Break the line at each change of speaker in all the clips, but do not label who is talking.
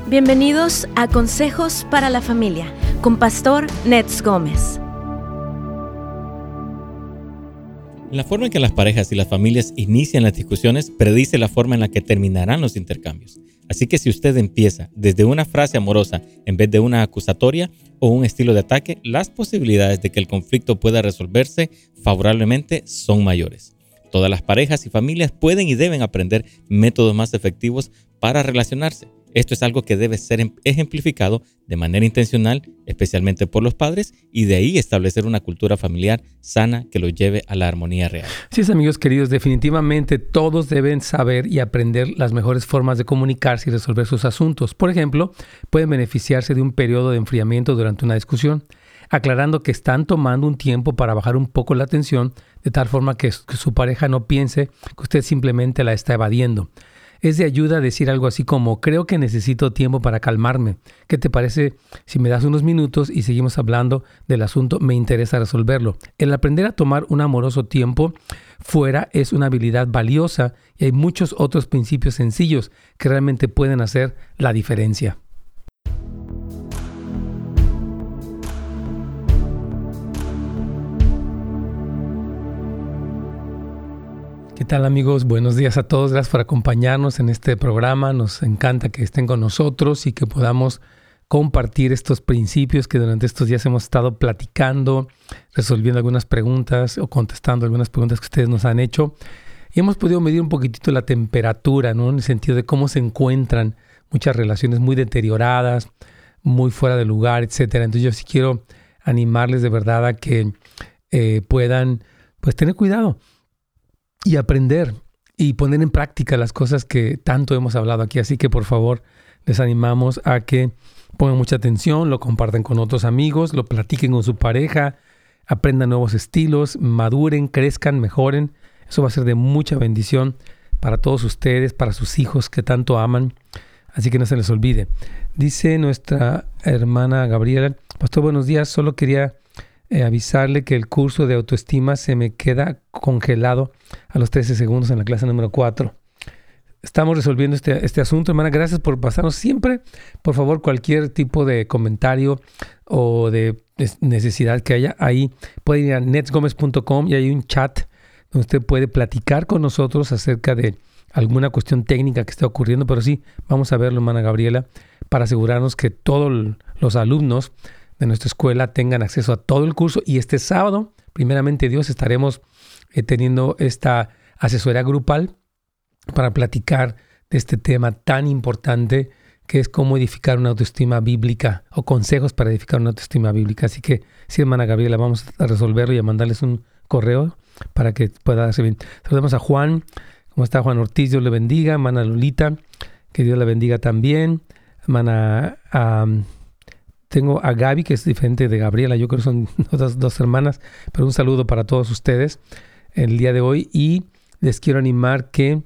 Bienvenidos a Consejos para la Familia con Pastor Nets Gómez.
La forma en que las parejas y las familias inician las discusiones predice la forma en la que terminarán los intercambios. Así que si usted empieza desde una frase amorosa en vez de una acusatoria o un estilo de ataque, las posibilidades de que el conflicto pueda resolverse favorablemente son mayores. Todas las parejas y familias pueden y deben aprender métodos más efectivos para relacionarse. Esto es algo que debe ser ejemplificado de manera intencional, especialmente por los padres, y de ahí establecer una cultura familiar sana que los lleve a la armonía real.
Sí, amigos queridos, definitivamente todos deben saber y aprender las mejores formas de comunicarse y resolver sus asuntos. Por ejemplo, pueden beneficiarse de un periodo de enfriamiento durante una discusión, aclarando que están tomando un tiempo para bajar un poco la tensión, de tal forma que su pareja no piense que usted simplemente la está evadiendo. Es de ayuda decir algo así como: creo que necesito tiempo para calmarme. ¿Qué te parece si me das unos minutos y seguimos hablando del asunto? Me interesa resolverlo. El aprender a tomar un amoroso tiempo fuera es una habilidad valiosa y hay muchos otros principios sencillos que realmente pueden hacer la diferencia. ¿Qué tal, amigos? Buenos días a todos. Gracias por acompañarnos en este programa. Nos encanta que estén con nosotros y que podamos compartir estos principios que durante estos días hemos estado platicando, resolviendo algunas preguntas o contestando algunas preguntas que ustedes nos han hecho. Y hemos podido medir un poquitito la temperatura, ¿no? En el sentido de cómo se encuentran muchas relaciones muy deterioradas, muy fuera de lugar, etcétera. Entonces yo sí quiero animarles de verdad a que puedan pues tener cuidado y aprender y poner en práctica las cosas que tanto hemos hablado aquí. Así que por favor les animamos a que pongan mucha atención, lo compartan con otros amigos, lo platiquen con su pareja, aprendan nuevos estilos, maduren, crezcan, mejoren. Eso va a ser de mucha bendición para todos ustedes, para sus hijos que tanto aman. Así que no se les olvide. Dice nuestra hermana Gabriela: Pastor, buenos días, solo quería avisarle que el curso de autoestima se me queda congelado a los 13 segundos en la clase número 4. Estamos resolviendo este asunto, hermana. Gracias por pasarnos siempre. Por favor, cualquier tipo de comentario o de necesidad que haya, ahí puede ir a netsgomez.com y hay un chat donde usted puede platicar con nosotros acerca de alguna cuestión técnica que esté ocurriendo. Pero sí, vamos a verlo, hermana Gabriela, para asegurarnos que todos los alumnos de nuestra escuela tengan acceso a todo el curso. Y este sábado, primeramente Dios, estaremos teniendo esta asesoría grupal para platicar de este tema tan importante que es cómo edificar una autoestima bíblica o consejos para edificar una autoestima bíblica. Así que sí, hermana Gabriela, vamos a resolverlo y a mandarles un correo para que pueda darse bien. Saludamos a Juan. ¿Cómo está Juan Ortiz? Dios le bendiga. Hermana Lolita, que Dios la bendiga también. Hermana... tengo a Gaby, que es diferente de Gabriela. Yo creo que son dos hermanas, pero un saludo para todos ustedes el día de hoy. Y les quiero animar que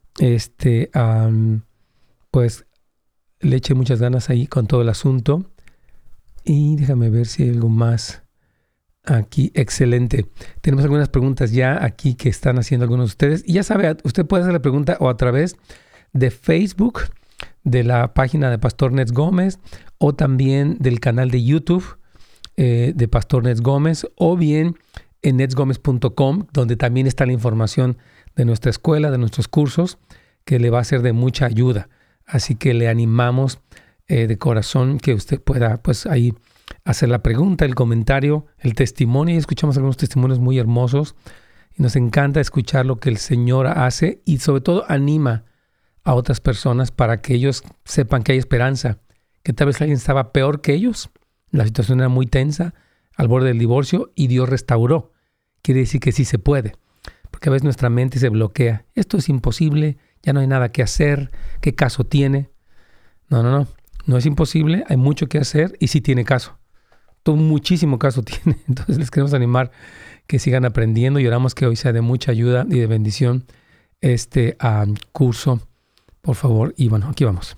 pues le echen muchas ganas ahí con todo el asunto. Y déjame ver si hay algo más aquí. Excelente. Tenemos algunas preguntas ya aquí que están haciendo algunos de ustedes. Y ya sabe, usted puede hacer la pregunta o a través de Facebook, de la página de Pastor Nets Gómez, o también del canal de YouTube de Pastor Nets Gómez, o bien en netsgomez.com, donde también está la información de nuestra escuela, de nuestros cursos, que le va a ser de mucha ayuda. Así que le animamos de corazón que usted pueda pues ahí hacer la pregunta, el comentario, el testimonio. Y escuchamos algunos testimonios muy hermosos y nos encanta escuchar lo que el Señor hace y sobre todo anima a otras personas para que ellos sepan que hay esperanza, que tal vez alguien estaba peor que ellos, la situación era muy tensa, al borde del divorcio, y Dios restauró. Quiere decir que sí se puede, porque a veces nuestra mente se bloquea. Esto es imposible, ya no hay nada que hacer, ¿qué caso tiene? No es imposible, hay mucho que hacer y sí tiene caso. Todo muchísimo caso tiene. Entonces les queremos animar que sigan aprendiendo y oramos que hoy sea de mucha ayuda y de bendición este curso. Por favor, y bueno, aquí vamos.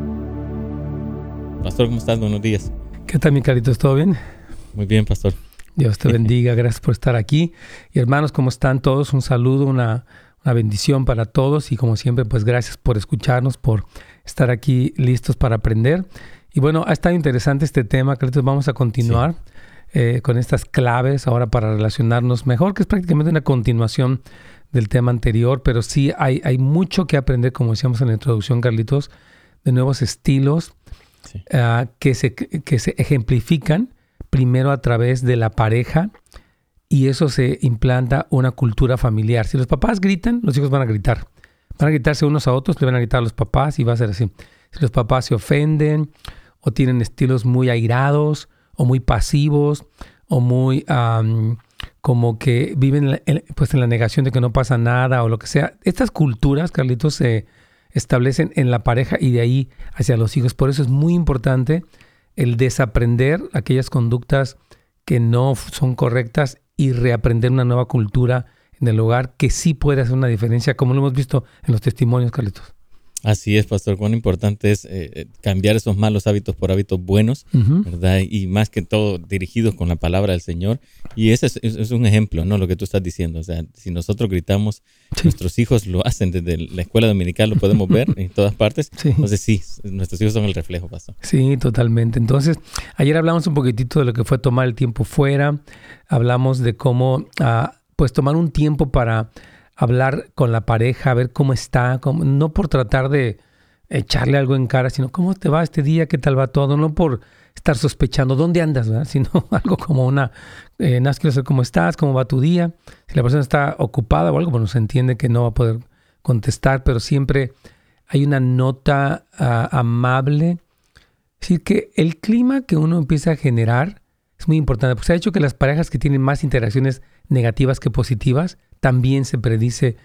Pastor, ¿cómo estás? Buenos días.
¿Qué tal, mi Carlitos? ¿Todo bien?
Muy bien, pastor.
Dios te bendiga, gracias por estar aquí. Y hermanos, ¿cómo están todos? Un saludo, una bendición para todos y como siempre, pues gracias por escucharnos, por estar aquí listos para aprender. Y bueno, ha estado interesante este tema, creo que vamos a continuar con estas claves ahora para relacionarnos mejor, que es prácticamente una continuación del tema anterior, pero sí hay mucho que aprender, como decíamos en la introducción, Carlitos, de nuevos estilos que se ejemplifican primero a través de la pareja y eso se implanta una cultura familiar. Si los papás gritan, los hijos van a gritar. Van a gritarse unos a otros, le van a gritar a los papás y va a ser así. Si los papás se ofenden o tienen estilos muy airados o muy pasivos o muy como que viven pues en la negación de que no pasa nada o lo que sea. Estas culturas, Carlitos, se establecen en la pareja y de ahí hacia los hijos. Por eso es muy importante el desaprender aquellas conductas que no son correctas y reaprender una nueva cultura en el hogar que sí puede hacer una diferencia, como lo hemos visto en los testimonios, Carlitos.
Así es, pastor. Cuán importante es cambiar esos malos hábitos por hábitos buenos, ¿verdad? Y más que todo dirigidos con la palabra del Señor. Y ese es un ejemplo, ¿no? Lo que tú estás diciendo. O sea, si nosotros gritamos, nuestros hijos lo hacen desde la escuela dominical, lo podemos ver en todas partes. Sí. Entonces sí, nuestros hijos son el reflejo, pastor.
Sí, totalmente. Entonces, ayer hablamos un poquitito de lo que fue tomar el tiempo fuera. Hablamos de cómo, pues, tomar un tiempo para hablar con la pareja, ver cómo está, no por tratar de echarle algo en cara, sino cómo te va este día, qué tal va todo, no por estar sospechando dónde andas, ¿verdad? Sino algo como nada más quiero saber cómo estás, cómo va tu día. Si la persona está ocupada o algo, bueno, se entiende que no va a poder contestar, pero siempre hay una nota amable. Es decir, que el clima que uno empieza a generar es muy importante, porque se ha hecho que las parejas que tienen más interacciones negativas que positivas, también se predice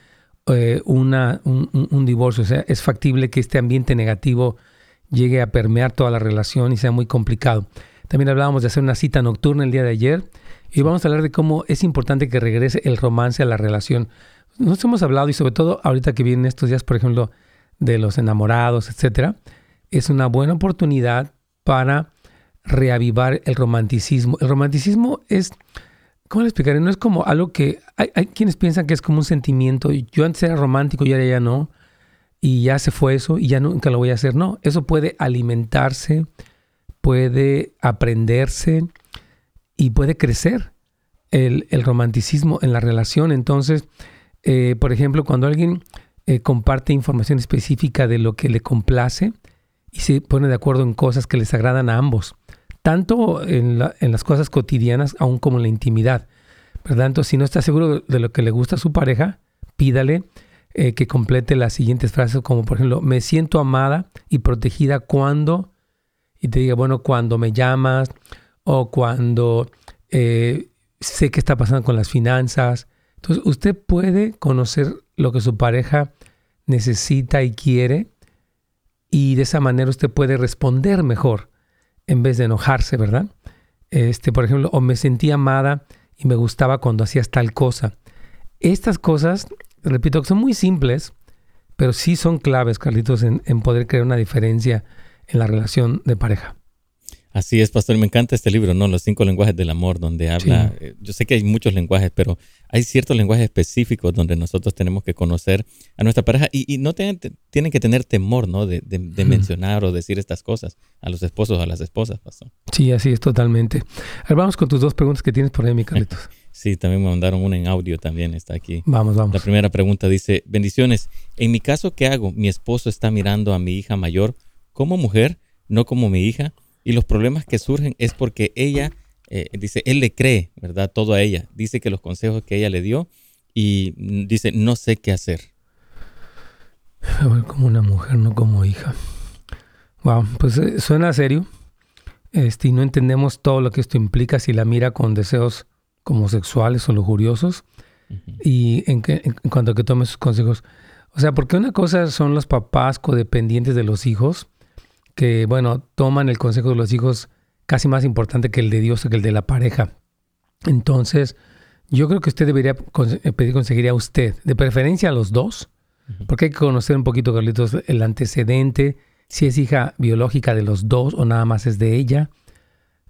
un divorcio. O sea, es factible que este ambiente negativo llegue a permear toda la relación y sea muy complicado. También hablábamos de hacer una cita nocturna el día de ayer y vamos a hablar de cómo es importante que regrese el romance a la relación. Nos hemos hablado y sobre todo ahorita que vienen estos días, por ejemplo, de los enamorados, etcétera, es una buena oportunidad para reavivar el romanticismo. El romanticismo es, ¿cómo le explicaré? No es como algo que... Hay quienes piensan que es como un sentimiento. Yo antes era romántico y ahora ya no. Y ya se fue eso y ya nunca lo voy a hacer. No, eso puede alimentarse, puede aprenderse y puede crecer el romanticismo en la relación. Entonces, por ejemplo, cuando alguien comparte información específica de lo que le complace y se pone de acuerdo en cosas que les agradan a ambos, tanto en las cosas cotidianas, aún como en la intimidad, ¿verdad? Entonces, si no está seguro de lo que le gusta a su pareja, pídale que complete las siguientes frases, como por ejemplo, me siento amada y protegida cuando, y te diga, bueno, cuando me llamas, o cuando sé qué está pasando con las finanzas. Entonces, usted puede conocer lo que su pareja necesita y quiere, y de esa manera usted puede responder mejor, en vez de enojarse, ¿verdad? Por ejemplo, o me sentí amada y me gustaba cuando hacías tal cosa. Estas cosas, repito, que son muy simples, pero sí son claves, Carlitos, en poder crear una diferencia en la relación de pareja.
Así es, pastor. Me encanta este libro, ¿no? Los 5 lenguajes del amor, donde habla... Sí. Yo sé que hay muchos lenguajes, pero hay ciertos lenguajes específicos donde nosotros tenemos que conocer a nuestra pareja y no tienen que tener temor, ¿no? De mencionar o decir estas cosas a los esposos o a las esposas, pastor.
Sí, así es, totalmente. A ver, vamos con tus 2 preguntas que tienes por ahí, mi Carlitos.
Sí, también me mandaron una en audio, también está aquí.
Vamos.
La primera pregunta dice, bendiciones. En mi caso, ¿qué hago? Mi esposo está mirando a mi hija mayor como mujer, no como mi hija. Y los problemas que surgen es porque ella, dice, él le cree, ¿verdad? Todo a ella. Dice que los consejos que ella le dio y dice, no sé qué hacer.
A ver, como una mujer, no como hija. Wow, pues suena serio. Y no entendemos todo lo que esto implica si la mira con deseos como sexuales o lujuriosos. Uh-huh. Y en cuanto a que tome sus consejos. O sea, porque una cosa son los papás codependientes de los hijos, que, bueno, toman el consejo de los hijos casi más importante que el de Dios o que el de la pareja. Entonces, yo creo que usted debería pedir consejería a usted, de preferencia a los dos, porque hay que conocer un poquito, Carlitos, el antecedente, si es hija biológica de los dos o nada más es de ella.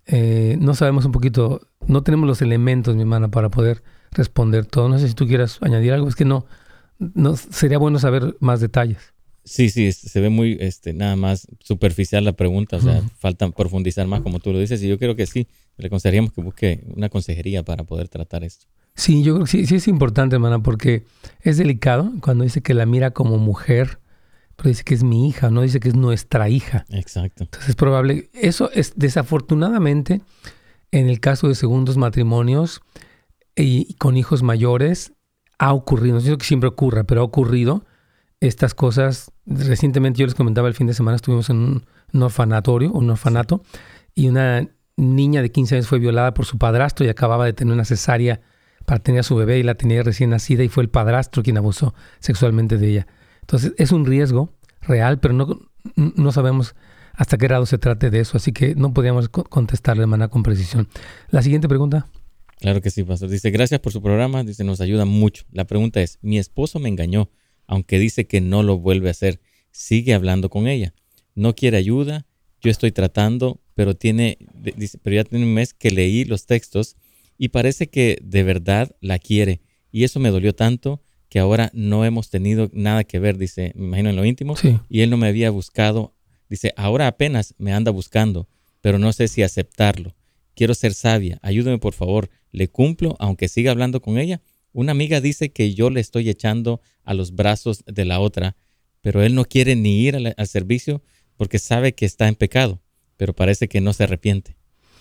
no sabemos un poquito, no tenemos los elementos, mi hermana, para poder responder todo. No sé si tú quieras añadir algo, es que no sería bueno saber más detalles.
Sí, se ve muy nada más superficial la pregunta, o sea, falta profundizar más como tú lo dices, y yo creo que sí, le aconsejaríamos que busque una consejería para poder tratar esto.
Sí, yo creo que sí es importante, hermana, porque es delicado cuando dice que la mira como mujer, pero dice que es mi hija, no dice que es nuestra hija.
Exacto.
Entonces es probable, eso es desafortunadamente en el caso de segundos matrimonios y con hijos mayores ha ocurrido, no sé que siempre ocurra, pero ha ocurrido estas cosas. Recientemente yo les comentaba el fin de semana, estuvimos en un orfanato, y una niña de 15 años fue violada por su padrastro y acababa de tener una cesárea para tener a su bebé y la tenía recién nacida y fue el padrastro quien abusó sexualmente de ella. Entonces es un riesgo real, pero no sabemos hasta qué grado se trate de eso, así que no podíamos contestarle de manera con precisión. La siguiente pregunta.
Claro que sí, pastor. Dice, gracias por su programa, dice, nos ayuda mucho. La pregunta es, mi esposo me engañó, aunque dice que no lo vuelve a hacer. Sigue hablando con ella. No quiere ayuda, yo estoy tratando, pero ya tiene un mes que leí los textos y parece que de verdad la quiere. Y eso me dolió tanto que ahora no hemos tenido nada que ver, dice, me imagino en lo íntimo.
Sí.
Y él no me había buscado. Dice, ahora apenas me anda buscando, pero no sé si aceptarlo. Quiero ser sabia, ayúdame por favor. ¿Le cumplo aunque siga hablando con ella? Una amiga dice que yo le estoy echando a los brazos de la otra, pero él no quiere ni ir al servicio porque sabe que está en pecado, pero parece que no se arrepiente.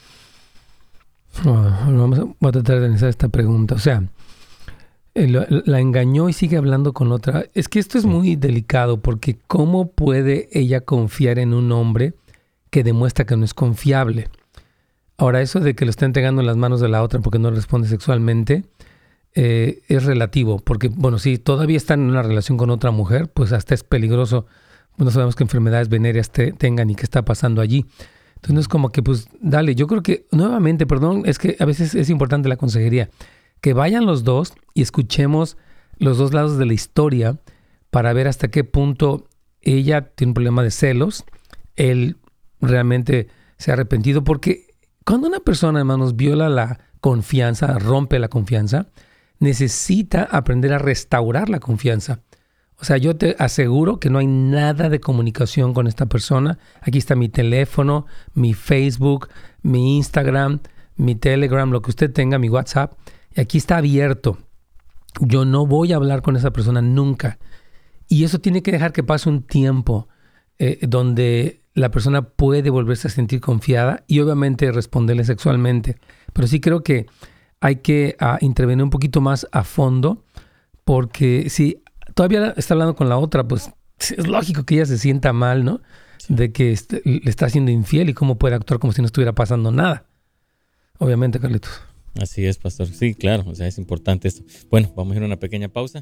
Voy a tratar de analizar esta pregunta. O sea, la engañó y sigue hablando con otra. Es que esto es muy delicado porque ¿cómo puede ella confiar en un hombre que demuestra que no es confiable? Ahora, eso de que lo está entregando en las manos de la otra porque no responde sexualmente es relativo. Porque, bueno, si todavía están en una relación con otra mujer, pues hasta es peligroso. No sabemos qué enfermedades venéreas tengan y qué está pasando allí. Entonces no es como que, pues, dale. Yo creo que, nuevamente, perdón, es que a veces es importante la consejería. Que vayan los dos y escuchemos los dos lados de la historia para ver hasta qué punto ella tiene un problema de celos, él realmente se ha arrepentido, porque cuando una persona, hermanos, viola la confianza, rompe la confianza, necesita aprender a restaurar la confianza. O sea, yo te aseguro que no hay nada de comunicación con esta persona. Aquí está mi teléfono, mi Facebook, mi Instagram, mi Telegram, lo que usted tenga, mi WhatsApp. Y aquí está abierto. Yo no voy a hablar con esa persona nunca. Y eso tiene que dejar que pase un tiempo donde la persona puede volverse a sentir confiada y obviamente responderle sexualmente. Pero sí creo que hay que intervenir un poquito más a fondo, porque si todavía está hablando con la otra, pues es lógico que ella se sienta mal, ¿no? De que le está siendo infiel y cómo puede actuar como si no estuviera pasando nada. Obviamente, Carlitos.
Así es, pastor. Sí, claro, o sea, es importante esto. Bueno, vamos a ir a una pequeña pausa.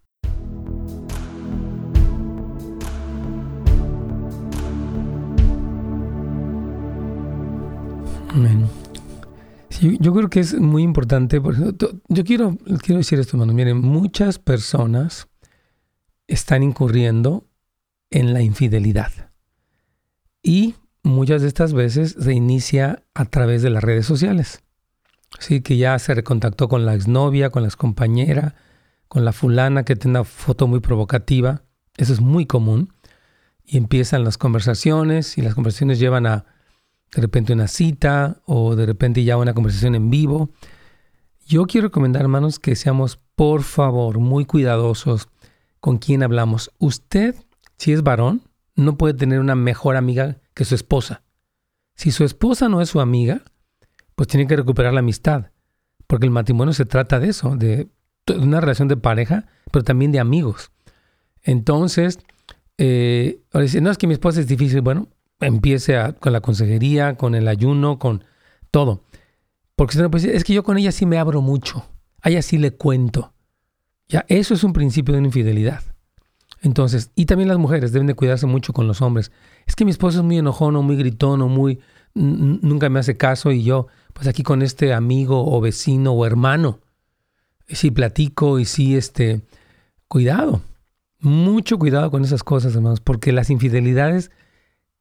Amén. Sí, yo creo que es muy importante. Yo quiero decir esto, hermano. Miren, muchas personas están incurriendo en la infidelidad. Y muchas de estas veces se inicia a través de las redes sociales. Sí, que ya se recontactó con la exnovia, con la excompañera, con la fulana que tiene una foto muy provocativa. Eso es muy común. Y empiezan las conversaciones y las conversaciones llevan a de repente una cita o de repente ya una conversación en vivo. Yo quiero recomendar, hermanos, que seamos, por favor, muy cuidadosos con quién hablamos. Usted, si es varón, no puede tener una mejor amiga que su esposa. Si su esposa no es su amiga, pues tiene que recuperar la amistad. Porque el matrimonio se trata de eso, de una relación de pareja, pero también de amigos. Entonces, ahora dice, no, es que mi esposa es difícil. Bueno, empiece con la consejería, con el ayuno, con todo. Porque si no, pues es que yo con ella sí me abro mucho. A ella sí le cuento. Ya, eso es un principio de una infidelidad. Entonces, y también las mujeres deben de cuidarse mucho con los hombres. Es que mi esposo es muy enojón o muy gritón o muy nunca me hace caso y yo, pues aquí con este amigo o vecino o hermano, sí platico y sí, cuidado. Mucho cuidado con esas cosas, hermanos, porque las infidelidades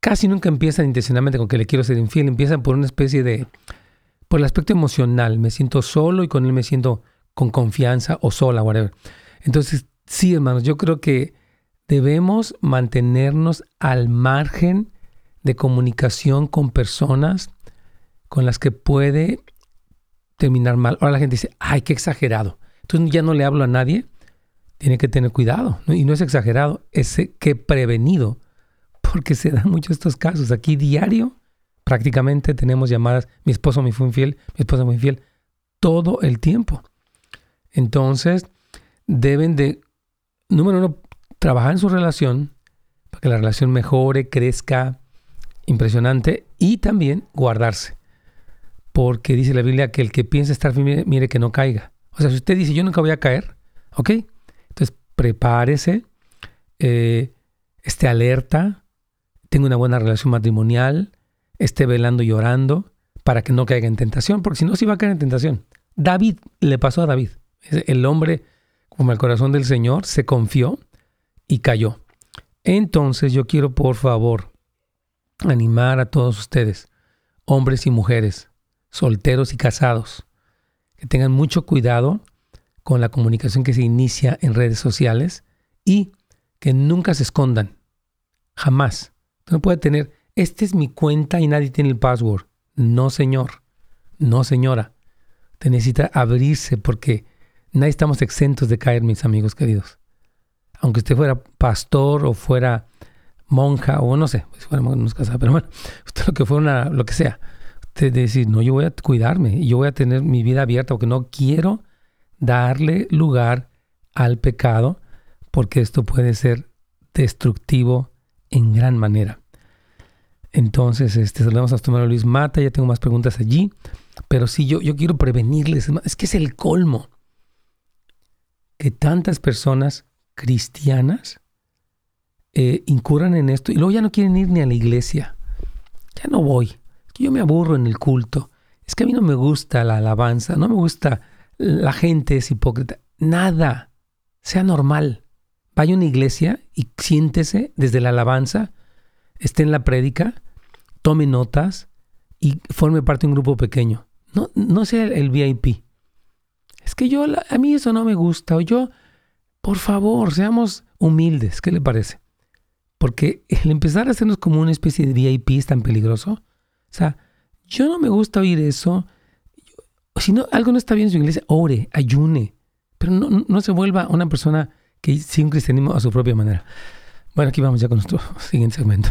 casi nunca empiezan intencionalmente con que le quiero ser infiel. Empiezan por una especie de, por el aspecto emocional. Me siento solo y con él me siento con confianza o sola, whatever. Entonces, sí, hermanos, yo creo que debemos mantenernos al margen de comunicación con personas con las que puede terminar mal. Ahora la gente dice, ay, qué exagerado. Entonces ya no le hablo a nadie. Tiene que tener cuidado, ¿no? Y no es exagerado, es que prevenido, porque se dan muchos estos casos. Aquí diario, prácticamente tenemos llamadas, mi esposo me fue infiel, mi esposa me fue infiel, todo el tiempo. Entonces, deben de, número uno, trabajar en su relación, para que la relación mejore, crezca, impresionante, y también guardarse. Porque dice la Biblia que el que piensa estar firme, mire que no caiga. O sea, si usted dice, yo nunca voy a caer, ¿ok? Entonces, prepárese, esté alerta, tenga una buena relación matrimonial, esté velando y orando para que no caiga en tentación, porque si no, sí va a caer en tentación. David, le pasó a David. El hombre, como el corazón del Señor, se confió y cayó. Entonces, yo quiero, por favor, animar a todos ustedes, hombres y mujeres, solteros y casados, que tengan mucho cuidado con la comunicación que se inicia en redes sociales y que nunca se escondan. Jamás. No puede tener, esta es mi cuenta y nadie tiene el password. No, señor. No, señora. Te necesita abrirse porque nadie estamos exentos de caer, mis amigos queridos. Aunque usted fuera pastor o fuera monja o no sé, si fuera monja no es casada, pero bueno, usted lo que fuera, lo que sea. Usted decir, no, yo voy a cuidarme y yo voy a tener mi vida abierta porque no quiero darle lugar al pecado, porque esto puede ser destructivo en gran manera. Entonces, saludamos a nuestro hermano Luis Mata, ya tengo más preguntas allí, pero sí, yo quiero prevenirles, es que es el colmo que tantas personas cristianas incurran en esto y luego ya no quieren ir ni a la iglesia. Ya no voy, es que yo me aburro en el culto, es que a mí no me gusta la alabanza, no me gusta. La gente es hipócrita. Nada. Sea normal. Vaya a una iglesia y siéntese desde la alabanza, esté en la prédica, tome notas y forme parte de un grupo pequeño. No sea el VIP. Es que a mí eso no me gusta. O yo, por favor, seamos humildes. ¿Qué le parece? Porque el empezar a hacernos como una especie de VIP es tan peligroso. O sea, yo no me gusta oír eso. Si no, algo no está bien en su iglesia, ore, ayune, pero no se vuelva una persona que sigue un cristianismo a su propia manera. Bueno, aquí vamos ya con nuestro siguiente segmento.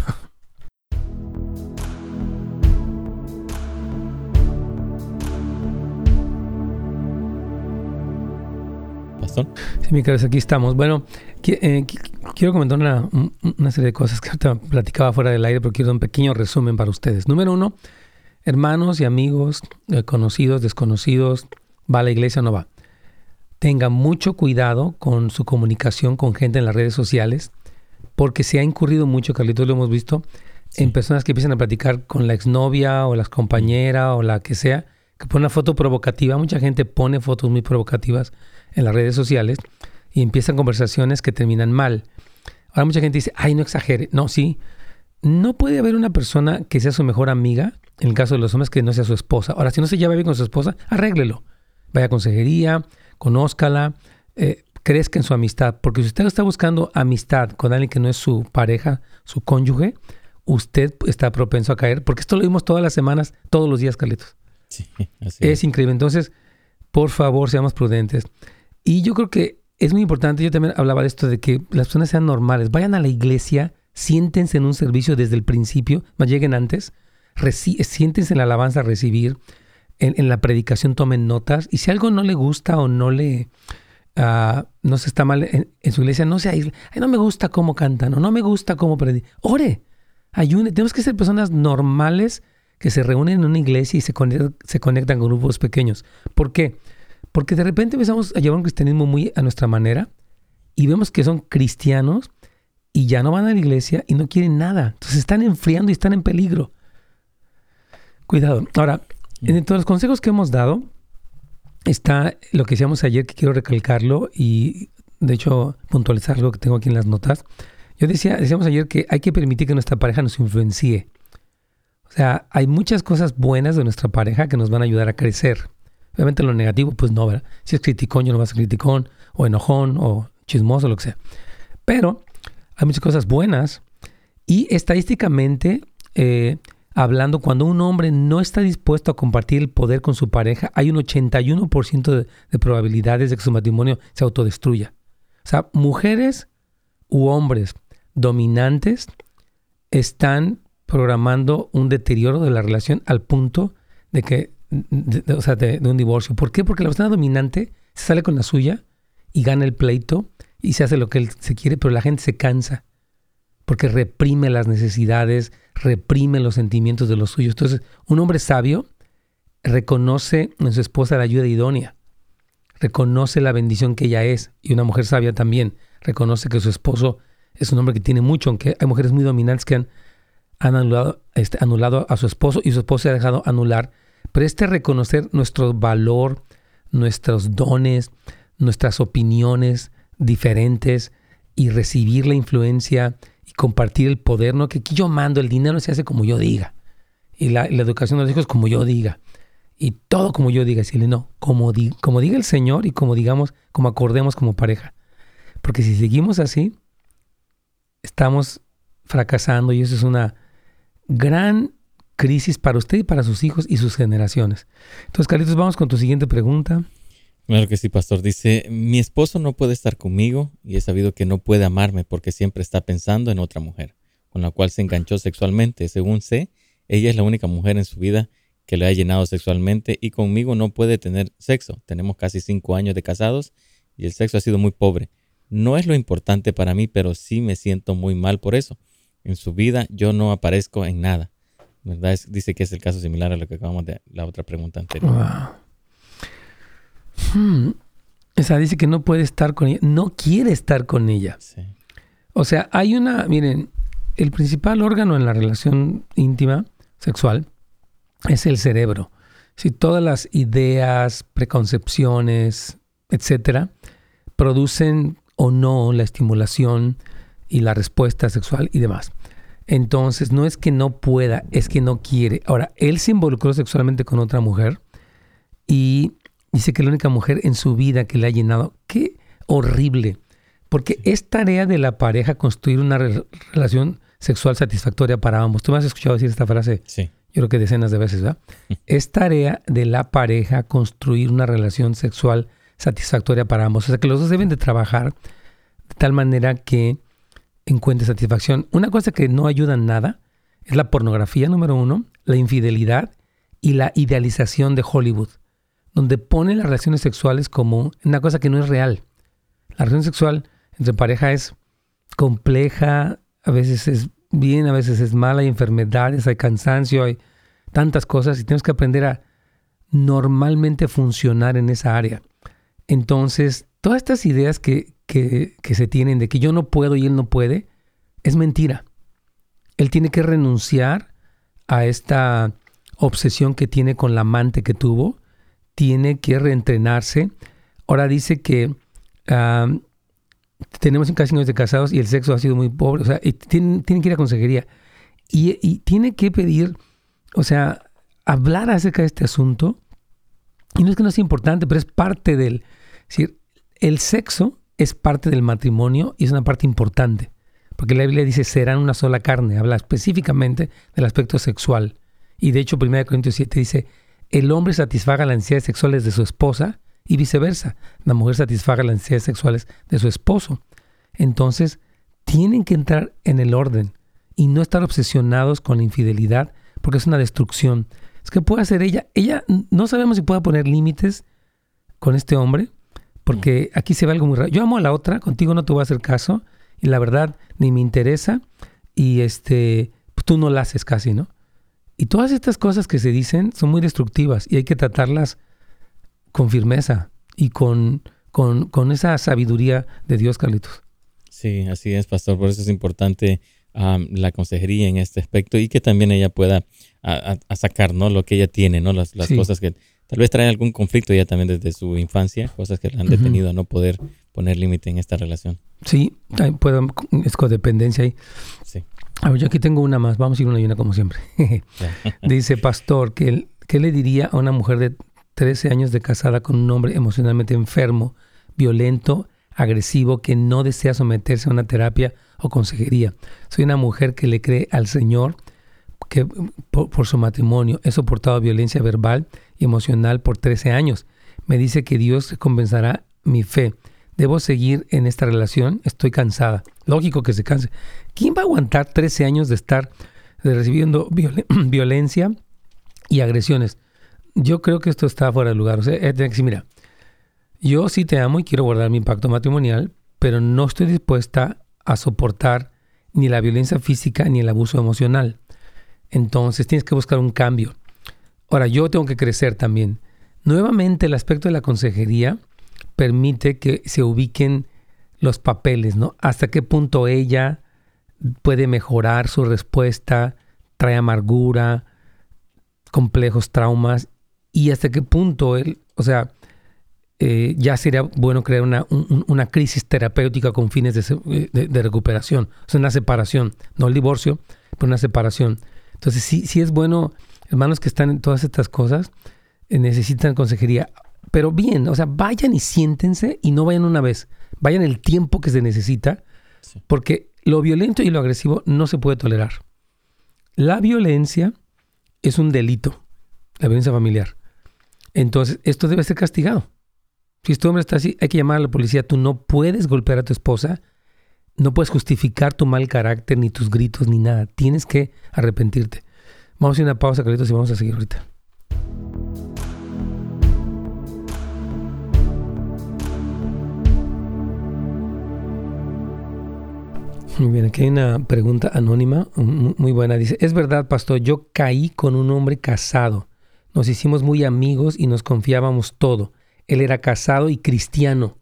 ¿Pastor?
Sí, mi querido, aquí estamos. Bueno, quiero comentar una serie de cosas que ahorita platicaba fuera del aire, pero quiero dar un pequeño resumen para ustedes. Número uno, hermanos y amigos, conocidos, desconocidos, ¿va a la iglesia o no va? Tenga mucho cuidado con su comunicación con gente en las redes sociales, porque se ha incurrido mucho, Carlitos, lo hemos visto, sí, en personas que empiezan a platicar con la exnovia o la compañera o la que sea, que pone una foto provocativa. Mucha gente pone fotos muy provocativas en las redes sociales y empiezan conversaciones que terminan mal. Ahora mucha gente dice, ay, no exagere. No, sí. No puede haber una persona que sea su mejor amiga, en el caso de los hombres, que no sea su esposa. Ahora, si no se lleva bien con su esposa, arréglelo. Vaya a consejería, conózcala, crezca en su amistad. Porque si usted está buscando amistad con alguien que no es su pareja, su cónyuge, usted está propenso a caer. Porque esto lo vimos todas las semanas, todos los días, Carlitos.
Sí, así
es increíble. Entonces, por favor, seamos prudentes. Y yo creo que es muy importante, yo también hablaba de esto, de que las personas sean normales. Vayan a la iglesia, siéntense en un servicio desde el principio, no lleguen antes, siéntense en la alabanza a recibir, en la predicación tomen notas, y si algo no le gusta o no se está mal en su iglesia, no se aísle. Ay, no me gusta cómo cantan, o no me gusta cómo predican. Ore, ayune. Tenemos que ser personas normales que se reúnen en una iglesia y se conectan con grupos pequeños. ¿Por qué? Porque de repente empezamos a llevar un cristianismo muy a nuestra manera y vemos que son cristianos y ya no van a la iglesia y no quieren nada. Entonces están enfriando y están en peligro. Cuidado. Ahora, entre los consejos que hemos dado está lo que decíamos ayer, que quiero recalcarlo y de hecho puntualizar lo que tengo aquí en las notas. Decíamos ayer que hay que permitir que nuestra pareja nos influencie. O sea, hay muchas cosas buenas de nuestra pareja que nos van a ayudar a crecer. Obviamente lo negativo, pues no, ¿verdad? Si es criticón, yo no voy a ser criticón, o enojón, o chismoso, lo que sea. Pero hay muchas cosas buenas y estadísticamente, hablando, cuando un hombre no está dispuesto a compartir el poder con su pareja, hay un 81% de probabilidades de que su matrimonio se autodestruya. O sea, mujeres u hombres dominantes están programando un deterioro de la relación al punto de que, de un divorcio. ¿Por qué? Porque la persona dominante se sale con la suya y gana el pleito y se hace lo que él se quiere, pero la gente se cansa porque reprime las necesidades, reprime los sentimientos de los suyos. Entonces, un hombre sabio reconoce en su esposa la ayuda idónea, reconoce la bendición que ella es, y una mujer sabia también reconoce que su esposo es un hombre que tiene mucho, aunque hay mujeres muy dominantes que han anulado a su esposo y su esposo se ha dejado anular. Pero reconocer nuestro valor, nuestros dones, nuestras opiniones diferentes y recibir la influencia y compartir el poder, no que aquí yo mando, el dinero se hace como yo diga y la educación de los hijos como yo diga y todo como yo diga, decirle no, como diga el Señor y como digamos, como acordemos como pareja, porque si seguimos así estamos fracasando y eso es una gran crisis para usted y para sus hijos y sus generaciones. Entonces, Carlitos, vamos con tu siguiente pregunta.
Claro que sí, pastor. Dice, mi esposo no puede estar conmigo y he sabido que no puede amarme porque siempre está pensando en otra mujer, con la cual se enganchó sexualmente. Según sé, ella es la única mujer en su vida que le ha llenado sexualmente y conmigo no puede tener sexo. Tenemos casi 5 años de casados y el sexo ha sido muy pobre. No es lo importante para mí, pero sí me siento muy mal por eso. En su vida yo no aparezco en nada. ¿Verdad? Dice que es el caso similar a lo que acabamos de la otra pregunta anterior.
Wow. O sea, dice que no puede estar con ella, no quiere estar con ella.
Sí.
O sea, miren, el principal órgano en la relación íntima, sexual, es el cerebro. Si todas las ideas, preconcepciones, etcétera, producen o no la estimulación y la respuesta sexual y demás. Entonces, no es que no pueda, es que no quiere. Ahora, él se involucró sexualmente con otra mujer y dice que la única mujer en su vida que le ha llenado. ¡Qué horrible! Porque es tarea de la pareja construir una relación sexual satisfactoria para ambos. Tú me has escuchado decir esta frase,
sí,
yo creo que decenas de veces, ¿verdad? Es tarea de la pareja construir una relación sexual satisfactoria para ambos. O sea, que los dos deben de trabajar de tal manera que encuentre satisfacción. Una cosa que no ayuda en nada es la pornografía, número 1, la infidelidad y la idealización de Hollywood, donde ponen las relaciones sexuales como una cosa que no es real. La relación sexual entre pareja es compleja, a veces es bien, a veces es mala, hay enfermedades, hay cansancio, hay tantas cosas y tenemos que aprender a normalmente funcionar en esa área. Entonces, todas estas ideas que se tienen de que yo no puedo y él no puede, es mentira. Él tiene que renunciar a esta obsesión que tiene con la amante que tuvo, tiene que reentrenarse. Ahora dice que tenemos casi años de casados y el sexo ha sido muy pobre. O sea, tiene que ir a consejería. Y tiene que pedir, o sea, hablar acerca de este asunto. Y no es que no sea importante, pero es parte del... Es decir, el sexo es parte del matrimonio y es una parte importante. Porque la Biblia dice, serán una sola carne. Habla específicamente del aspecto sexual. Y de hecho, 1 Corintios 7 dice, el hombre satisfaga las necesidades sexuales de su esposa y viceversa. La mujer satisfaga las necesidades sexuales de su esposo. Entonces, tienen que entrar en el orden y no estar obsesionados con la infidelidad porque es una destrucción. Es que puede hacer ella. Ella no sabemos si pueda poner límites con este hombre porque aquí se ve algo muy raro. Yo amo a la otra, contigo no te voy a hacer caso y la verdad ni me interesa y pues tú no la haces casi, ¿no? Y todas estas cosas que se dicen son muy destructivas y hay que tratarlas con firmeza y con esa sabiduría de Dios, Carlitos.
Sí, así es, pastor. Por eso es importante la consejería en este aspecto y que también ella pueda a sacar, ¿no?, lo que ella tiene, ¿no? Las
sí.
cosas que tal vez traen algún conflicto ya también desde su infancia, cosas que la han detenido a no poder poner límite en esta relación.
Sí, es codependencia ahí.
Sí.
A ver, yo aquí tengo una más. Vamos a ir una y una como siempre. Dice, pastor, ¿qué le diría a una mujer de 13 años de casada con un hombre emocionalmente enfermo, violento, agresivo, que no desea someterse a una terapia o consejería? Soy una mujer que le cree al Señor que por su matrimonio. He soportado violencia verbal y emocional por 13 años. Me dice que Dios compensará mi fe. ¿Debo seguir en esta relación? Estoy cansada. Lógico que se canse. ¿Quién va a aguantar 13 años de estar recibiendo violencia y agresiones? Yo creo que esto está fuera de lugar. O sea, tiene que decir, mira, yo sí te amo y quiero guardar mi pacto matrimonial, pero no estoy dispuesta a soportar ni la violencia física ni el abuso emocional. Entonces tienes que buscar un cambio. Ahora, yo tengo que crecer también. Nuevamente, el aspecto de la consejería permite que se ubiquen los papeles, ¿no? Hasta qué punto ella puede mejorar su respuesta, trae amargura, complejos traumas, y hasta qué punto él, ya sería bueno crear una crisis terapéutica con fines de recuperación. O sea, una separación, no el divorcio, pero una separación. Entonces, sí es bueno, hermanos que están en todas estas cosas, necesitan consejería. Pero bien, o sea, vayan y siéntense y no vayan una vez. Vayan el tiempo que se necesita, porque lo violento y lo agresivo no se puede tolerar. La violencia es un delito, la violencia familiar. Entonces, esto debe ser castigado. Si este hombre está así, hay que llamar a la policía. Tú no puedes golpear a tu esposa, no puedes justificar tu mal carácter, ni tus gritos, ni nada. Tienes que arrepentirte. Vamos a hacer una pausa, Carlitos, y vamos a seguir ahorita. Muy bien, aquí hay una pregunta anónima muy buena. Dice, ¿es verdad, pastor? Yo caí con un hombre casado. Nos hicimos muy amigos y nos confiábamos todo. Él era casado y cristiano.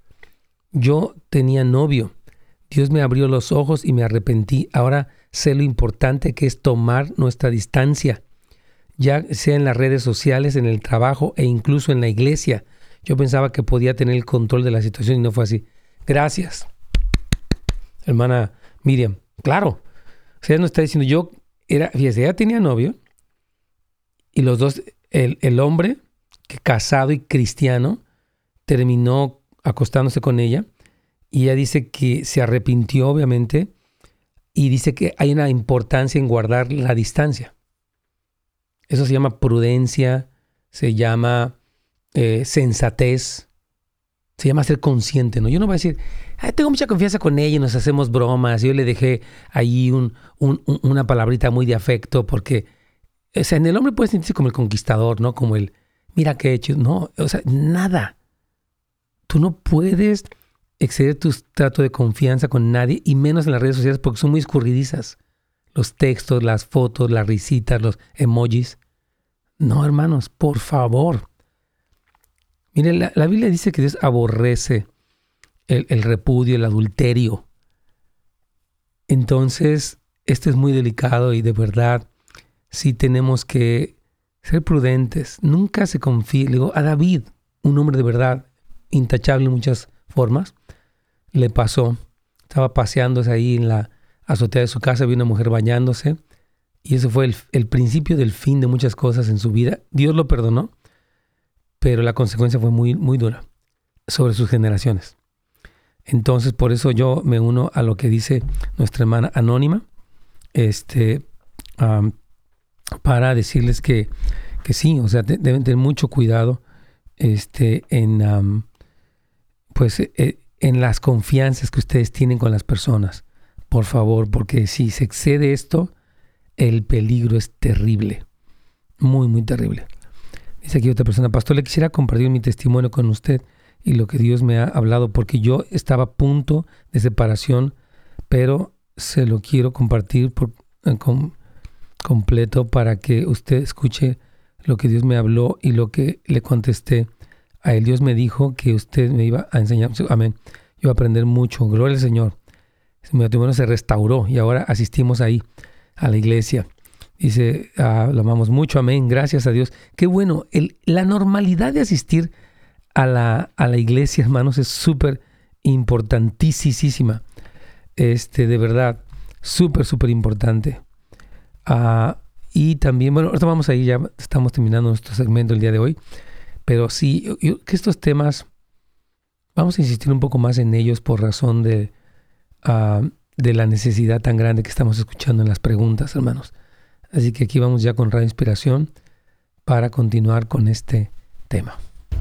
Yo tenía novio. Dios me abrió los ojos y me arrepentí. Ahora sé lo importante que es tomar nuestra distancia, ya sea en las redes sociales, en el trabajo e incluso en la iglesia. Yo pensaba que podía tener el control de la situación y no fue así. Gracias, hermana Miriam. Claro, o sea, ella nos está diciendo, fíjese, ella tenía novio y los dos, el hombre, que casado y cristiano, terminó acostándose con ella y ella dice que se arrepintió, obviamente, y dice que hay una importancia en guardar la distancia. Eso se llama prudencia, se llama sensatez, se llama ser consciente, ¿no? Yo no voy a decir, tengo mucha confianza con ella y nos hacemos bromas, yo le dejé ahí una palabrita muy de afecto, porque, o sea, en el hombre puede sentirse como el conquistador, ¿no? Como el, mira qué he hecho. No, o sea, nada. Tú no puedes exceder tu trato de confianza con nadie, y menos en las redes sociales, porque son muy escurridizas. Los textos, las fotos, las risitas, los emojis. No, hermanos, por favor. Miren, la Biblia dice que Dios aborrece el repudio, el adulterio. Entonces, esto es muy delicado y de verdad sí tenemos que ser prudentes. Nunca se confíe. Le digo, a David, un hombre de verdad, intachable en muchas formas, le pasó. Estaba paseándose ahí en la azotea de su casa, vio una mujer bañándose, y eso fue el principio del fin de muchas cosas en su vida. Dios lo perdonó, pero la consecuencia fue muy, muy dura sobre sus generaciones. Entonces, por eso yo me uno a lo que dice nuestra hermana anónima, para decirles que sí, o sea, deben tener mucho cuidado en las confianzas que ustedes tienen con las personas. Por favor, porque si se excede esto, el peligro es terrible. Muy, muy terrible. Dice aquí otra persona, pastor, le quisiera compartir mi testimonio con usted y lo que Dios me ha hablado, porque yo estaba a punto de separación, pero se lo quiero compartir completo para que usted escuche lo que Dios me habló y lo que le contesté a él. Dios me dijo que usted me iba a enseñar. Amén. Yo iba a aprender mucho. Gloria al Señor. Mi matrimonio se restauró y ahora asistimos ahí a la iglesia. Dice, lo amamos mucho. Amén. Gracias a Dios. Qué bueno. La normalidad de asistir a la iglesia, hermanos, es súper importantísima. De verdad, súper, súper importante. Y también, bueno, ahorita vamos a ir, ya estamos terminando nuestro segmento el día de hoy, pero sí, yo que estos temas, vamos a insistir un poco más en ellos por razón de la necesidad tan grande que estamos escuchando en las preguntas, hermanos. Así que aquí vamos ya con Radio Inspiración para continuar con este tema.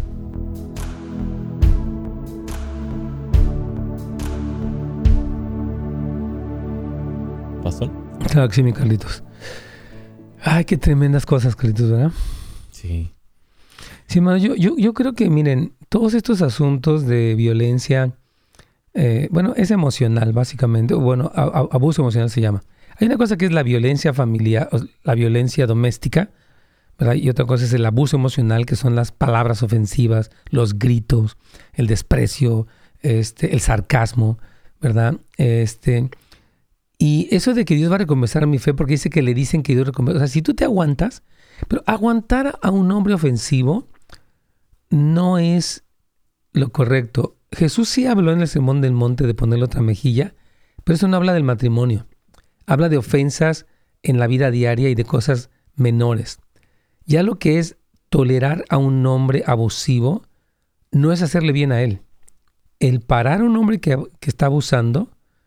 ¿Pastor?
Claro que sí, mi Carlitos. Ay, qué tremendas cosas, Carlitos, ¿verdad?
Sí.
Sí, hermano, yo creo que, miren, todos estos asuntos de violencia, bueno, es emocional, básicamente. Bueno, abuso emocional se llama. Hay una cosa que es la violencia familiar, la violencia doméstica, ¿verdad? Y otra cosa es el abuso emocional, que son las palabras ofensivas, los gritos, el desprecio, el sarcasmo, ¿verdad? Y eso de que Dios va a recompensar a mi fe, porque dice que le dicen que Dios recompensa. O sea, si tú te aguantas, pero aguantar a un hombre ofensivo no es lo correcto. Jesús sí habló en el Sermón del Monte de ponerle otra mejilla, pero eso no habla del matrimonio. Habla de ofensas en la vida diaria y de cosas menores. Ya lo que es tolerar a un hombre abusivo no es hacerle bien a él. El parar a un hombre que está abusando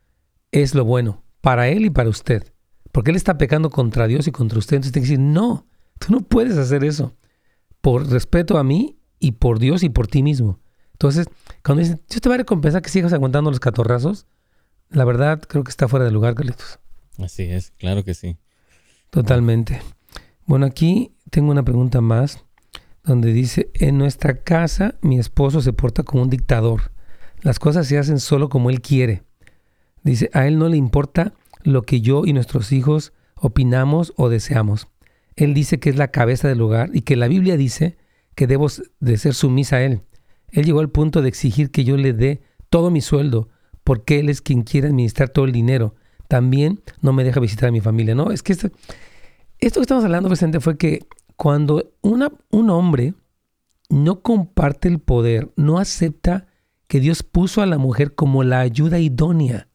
es lo bueno para él y para usted. Porque él está pecando contra Dios y contra usted. Entonces tiene que decir, no, tú no puedes hacer eso. Por respeto a mí y por Dios y por ti mismo. Entonces, cuando dicen, Dios te va a recompensar que sigas aguantando los catorrazos, la verdad creo que está fuera de lugar, Carlitos.
Así es, claro que sí.
Totalmente. Bueno, aquí tengo una pregunta más donde dice, en nuestra casa mi esposo se porta como un dictador. Las cosas se hacen solo como él quiere. Dice, a él no le importa lo que yo y nuestros hijos opinamos o deseamos. Él dice que es la cabeza del hogar y que la Biblia dice que debo de ser sumisa a él. Él llegó al punto de exigir que yo le dé todo mi sueldo porque él es quien quiere administrar todo el dinero. También no me deja visitar a mi familia. No, es que esto que estamos hablando, presente, fue que cuando un hombre no comparte el poder, no acepta que Dios puso a la mujer como la ayuda idónea.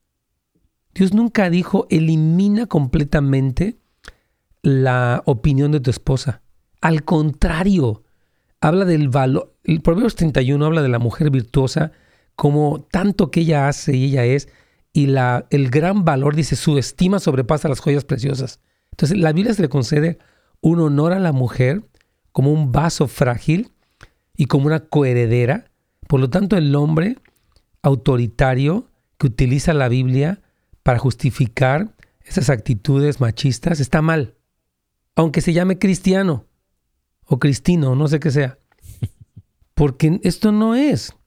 Dios nunca dijo, elimina completamente la opinión de tu esposa. Al contrario, habla del valor. El Proverbios 31 habla de la mujer virtuosa, como tanto que ella hace y ella es, y el gran valor, dice, su estima sobrepasa las joyas preciosas. Entonces, la Biblia se le concede un honor a la mujer como un vaso frágil y como una coheredera. Por lo tanto, el hombre autoritario que utiliza la Biblia para justificar esas actitudes machistas está mal, aunque se llame cristiano o cristino, no sé qué sea, porque esto no es.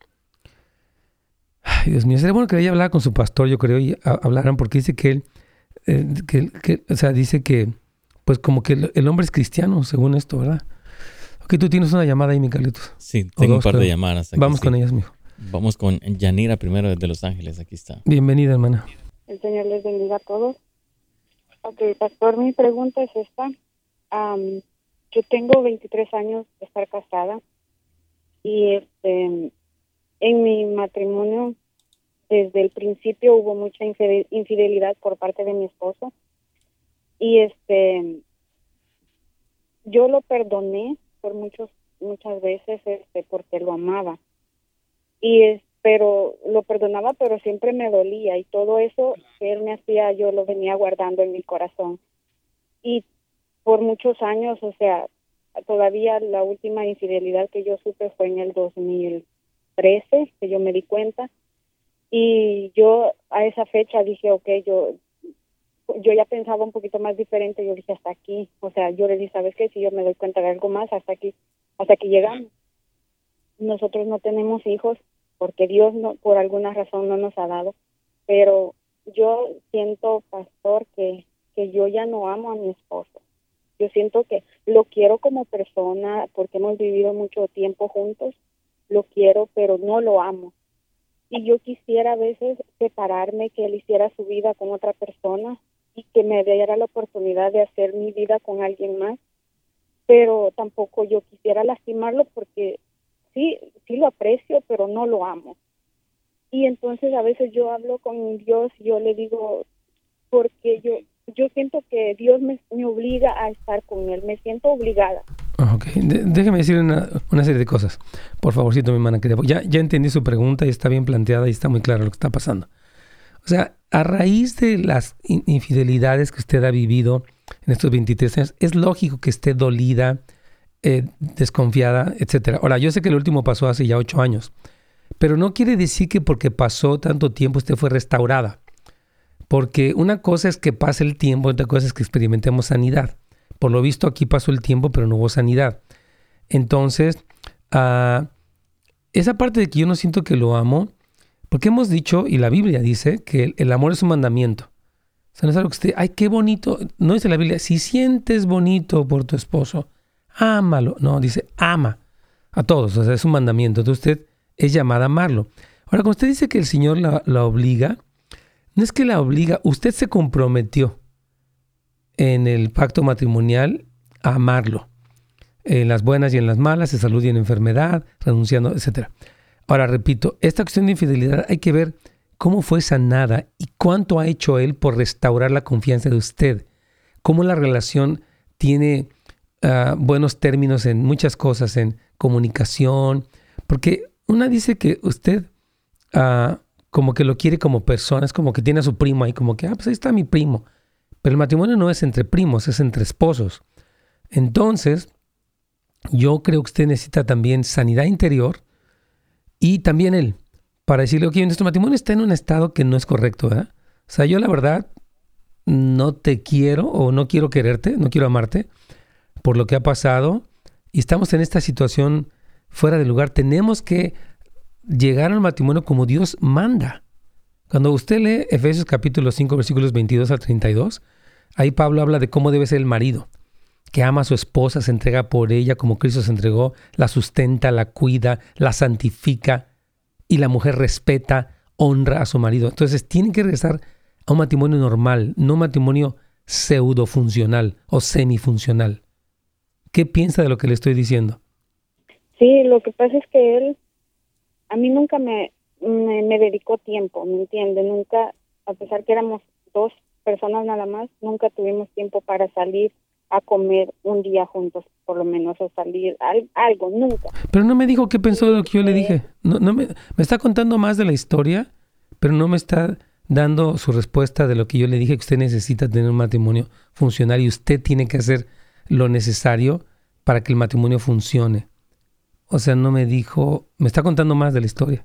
Ay, Dios mío, sería bueno que ella hablara con su pastor, yo creo, y hablaran, porque dice que él, o sea, dice que, pues como que el hombre es cristiano, según esto, ¿verdad? Ok, tú tienes una llamada ahí, mi Carlitos.
Sí, tengo un par de llamadas. Aquí,
vamos con ellas, mijo.
Vamos con Yanira primero desde Los Ángeles, aquí está.
Bienvenida, hermana.
El Señor les bendiga a todos. Ok, pastor, mi pregunta es esta. Yo tengo 23 años de estar casada y en mi matrimonio desde el principio hubo mucha infidelidad por parte de mi esposo y yo lo perdoné por muchas veces porque lo amaba pero lo perdonaba, pero siempre me dolía y todo eso que él me hacía yo lo venía guardando en mi corazón y por muchos años, o sea, todavía la última infidelidad que yo supe fue en el 2013, que yo me di cuenta, y yo a esa fecha dije, okay, yo ya pensaba un poquito más diferente, yo dije hasta aquí, o sea, yo le dije, ¿sabes qué? Si yo me doy cuenta de algo más, hasta aquí llegamos. Nosotros no tenemos hijos porque Dios no, por alguna razón no nos ha dado, pero yo siento, pastor, que yo ya no amo a mi esposo. Yo siento que lo quiero como persona porque hemos vivido mucho tiempo juntos, lo quiero, pero no lo amo. Y yo quisiera a veces separarme, que él hiciera su vida con otra persona y que me diera la oportunidad de hacer mi vida con alguien más, pero tampoco yo quisiera lastimarlo porque sí lo aprecio, pero no lo amo. Y entonces a veces yo hablo con Dios y yo le digo, porque yo siento que Dios me obliga a estar con Él, me siento obligada.
Ok, déjeme decir una serie de cosas. Por favorcito, mi hermana querida. Ya entendí su pregunta y está bien planteada y está muy claro lo que está pasando. O sea, a raíz de las infidelidades que usted ha vivido en estos 23 años, es lógico que esté dolida, desconfiada, etcétera. Ahora, yo sé que el último pasó hace ya 8 años, pero no quiere decir que porque pasó tanto tiempo usted fue restaurada. Porque una cosa es que pase el tiempo, otra cosa es que experimentemos sanidad. Por lo visto aquí pasó el tiempo, pero no hubo sanidad. Entonces, esa parte de que yo no siento que lo amo, porque hemos dicho, y la Biblia dice, que el amor es un mandamiento. O sea, no es algo que esté, ay, qué bonito. No dice la Biblia, si sientes bonito por tu esposo, ámalo. No, dice, ama a todos. O sea, es un mandamiento. Entonces usted es llamada a amarlo. Ahora, cuando usted dice que el Señor la obliga, no es que la obliga, usted se comprometió en el pacto matrimonial a amarlo. En las buenas y en las malas, en salud y en enfermedad, renunciando, etc. Ahora, repito, esta cuestión de infidelidad hay que ver cómo fue sanada y cuánto ha hecho Él por restaurar la confianza de usted. Cómo la relación tiene buenos términos en muchas cosas, en comunicación. Porque una dice que usted como que lo quiere como persona, es como que tiene a su primo ahí, como que, pues ahí está mi primo. Pero el matrimonio no es entre primos, es entre esposos. Entonces, yo creo que usted necesita también sanidad interior y también él, para decirle, ok, nuestro matrimonio está en un estado que no es correcto, ¿verdad? O sea, yo la verdad no te quiero o no quiero quererte, no quiero amarte por lo que ha pasado y estamos en esta situación fuera de lugar. Tenemos que llegar al matrimonio como Dios manda. Cuando usted lee Efesios capítulo 5, versículos 22 al 32, ahí Pablo habla de cómo debe ser el marido, que ama a su esposa, se entrega por ella como Cristo se entregó, la sustenta, la cuida, la santifica y la mujer respeta, honra a su marido. Entonces tienen que regresar a un matrimonio normal, no un matrimonio pseudofuncional o semifuncional. ¿Qué piensa de lo que le estoy diciendo?
Sí, lo que pasa es que él a mí nunca me dedicó tiempo, ¿me entiende? Nunca, a pesar que éramos 2 personas nada más, nunca tuvimos tiempo para salir a comer un día juntos, por lo menos, o salir algo, nunca.
Pero no me dijo qué pensó de lo que yo le dije. No me está contando más de la historia, pero no me está dando su respuesta de lo que yo le dije, que usted necesita tener un matrimonio funcional y usted tiene que hacer lo necesario para que el matrimonio funcione. O sea, no me dijo, me está contando más de la historia.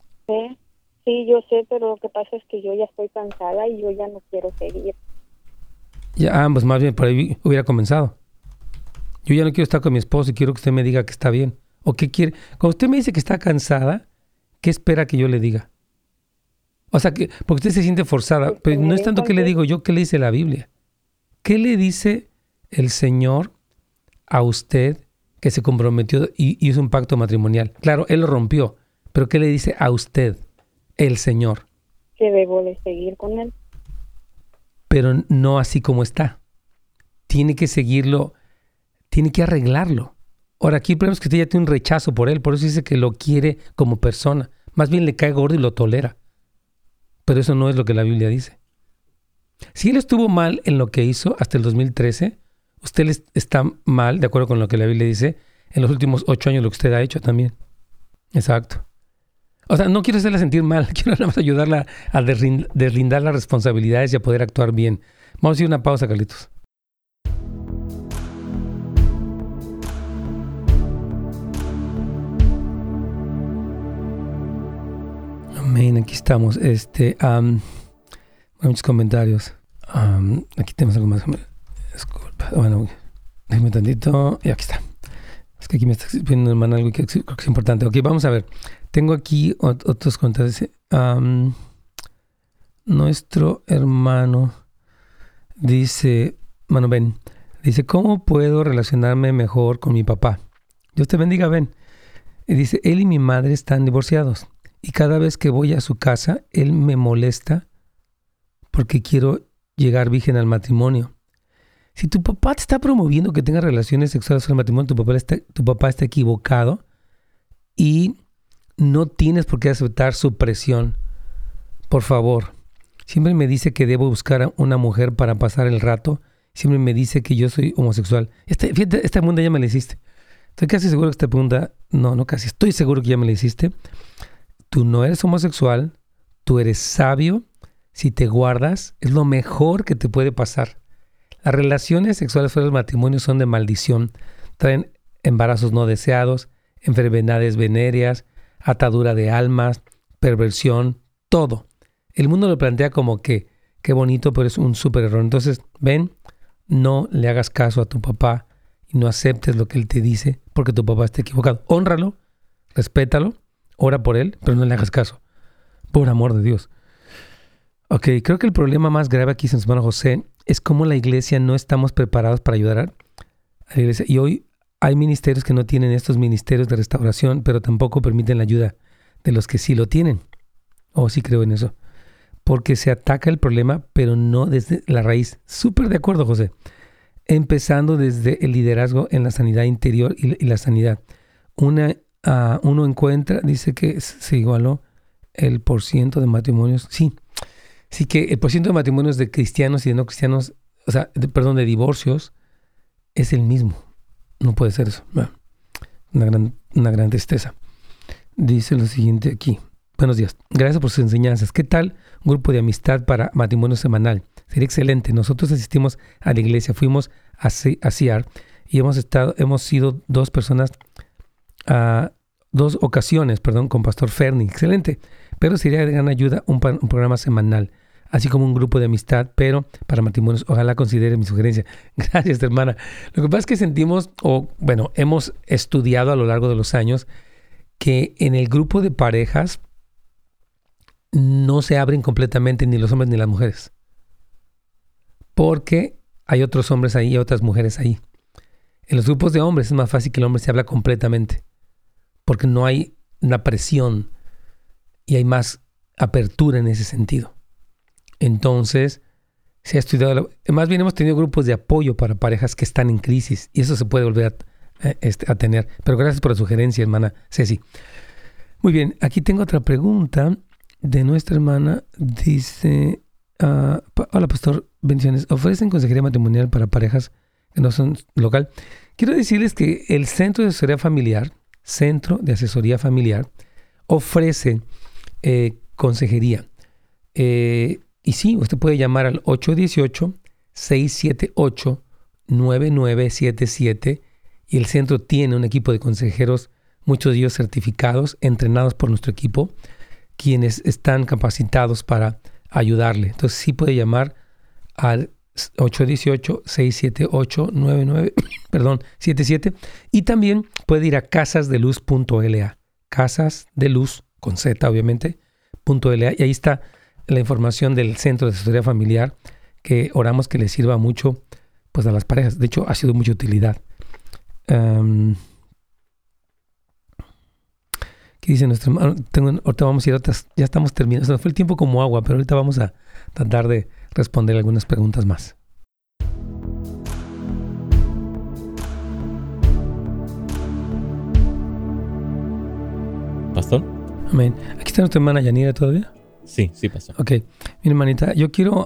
Sí, yo sé, pero lo que pasa es que yo ya estoy cansada y yo ya no quiero seguir.
Ya, pues más bien por ahí hubiera comenzado. Yo ya no quiero estar con mi esposo y quiero que usted me diga que está bien. ¿O qué quiere? Cuando usted me dice que está cansada, ¿qué espera que yo le diga? O sea, que porque usted se siente forzada. Pero no es tanto que le digo yo, ¿qué le dice la Biblia? ¿Qué le dice el Señor a usted que se comprometió y hizo un pacto matrimonial? Claro, Él lo rompió, pero ¿qué le dice a usted, el Señor?
Que debo de seguir con Él.
Pero no así como está. Tiene que seguirlo, tiene que arreglarlo. Ahora, aquí el problema es que usted ya tiene un rechazo por Él, por eso dice que lo quiere como persona. Más bien le cae gordo y lo tolera. Pero eso no es lo que la Biblia dice. Si Él estuvo mal en lo que hizo hasta el 2013, usted está mal, de acuerdo con lo que la Biblia dice, en los últimos 8 años lo que usted ha hecho también. Exacto. O sea, no quiero hacerla sentir mal, quiero nada más ayudarla a deslindar las responsabilidades y a poder actuar bien. Vamos a ir a una pausa, Carlitos. Amén, aquí estamos. Muchos comentarios. Aquí tenemos algo más. Disculpa. Bueno, déjame tantito. Y aquí está. Es que aquí me está poniendo hermano algo que creo que es importante. Ok, vamos a ver. Tengo aquí otros comentarios. Nuestro hermano dice, Ben, dice, ¿cómo puedo relacionarme mejor con mi papá? Dios te bendiga, Ben. Y dice, él y mi madre están divorciados. Y cada vez que voy a su casa, él me molesta porque quiero llegar virgen al matrimonio. Si tu papá te está promoviendo que tengas relaciones sexuales con el matrimonio, tu papá está equivocado y no tienes por qué aceptar su presión. Por favor. Siempre me dice que debo buscar a una mujer para pasar el rato. Siempre me dice que yo soy homosexual. Fíjate, esta pregunta ya me la hiciste. Estoy casi seguro que esta pregunta... No casi. Estoy seguro que ya me la hiciste. Tú no eres homosexual. Tú eres sabio. Si te guardas, es lo mejor que te puede pasar. Las relaciones sexuales fuera del matrimonio son de maldición. Traen embarazos no deseados, enfermedades venéreas, atadura de almas, perversión, todo. El mundo lo plantea como que, qué bonito, pero es un súper error. Entonces, ven, no le hagas caso a tu papá y no aceptes lo que él te dice porque tu papá está equivocado. Hónralo, respétalo, ora por él, pero no le hagas caso. Por amor de Dios. Ok, creo que el problema más grave aquí, hermano José, es cómo la iglesia no estamos preparados para ayudar a la iglesia. Y hoy hay ministerios que no tienen estos ministerios de restauración, pero tampoco permiten la ayuda de los que sí lo tienen. Sí creo en eso. Porque se ataca el problema, pero no desde la raíz. Súper de acuerdo, José. Empezando desde el liderazgo en la sanidad interior y la sanidad. Uno encuentra, dice que se igualó el % de matrimonios. Sí que el % de matrimonios de cristianos y de no cristianos, de divorcios, es el mismo. No puede ser eso. Bueno, una gran tristeza. Dice lo siguiente aquí. Buenos días. Gracias por sus enseñanzas. ¿Qué tal un grupo de amistad para matrimonio semanal? Sería excelente. Nosotros asistimos a la iglesia, fuimos a CIAR y hemos sido 2 personas, 2 ocasiones, con Pastor Ferni. Excelente. Pero sería de gran ayuda un programa semanal, así como un grupo de amistad, pero para matrimonios. Ojalá considere mi sugerencia. Gracias, hermana. Lo que pasa es que sentimos, hemos estudiado a lo largo de los años que en el grupo de parejas no se abren completamente ni los hombres ni las mujeres. Porque hay otros hombres ahí y otras mujeres ahí. En los grupos de hombres es más fácil que el hombre se habla completamente. Porque no hay una presión y hay más apertura en ese sentido. Entonces, se ha estudiado. Más bien hemos tenido grupos de apoyo para parejas que están en crisis. Y eso se puede volver a tener. Pero gracias por la sugerencia, hermana Ceci. Muy bien, aquí tengo otra pregunta de nuestra hermana. Dice, hola pastor, bendiciones. ¿Ofrecen consejería matrimonial para parejas que no son local? Quiero decirles que el Centro de Asesoría Familiar ofrece consejería. Y sí, usted puede llamar al 818-678-9977 y el centro tiene un equipo de consejeros, muchos de ellos certificados, entrenados por nuestro equipo, quienes están capacitados para ayudarle. Entonces sí puede llamar al 818-678-9977 y también puede ir a casasdeluz.la, casasdeluz con Z obviamente, .la, y ahí está la información del Centro de Asesoría Familiar, que oramos que les sirva mucho a las parejas. De hecho, ha sido mucha utilidad. ¿Qué dice nuestro hermano? Ahorita vamos a ir a otras. Ya estamos terminando. Se nos fue el tiempo como agua, pero ahorita vamos a tratar de responder algunas preguntas más.
¿Pastor?
Amén. ¿Aquí está nuestra hermana Yanira todavía?
Sí, pastor.
Ok. Mi hermanita, yo quiero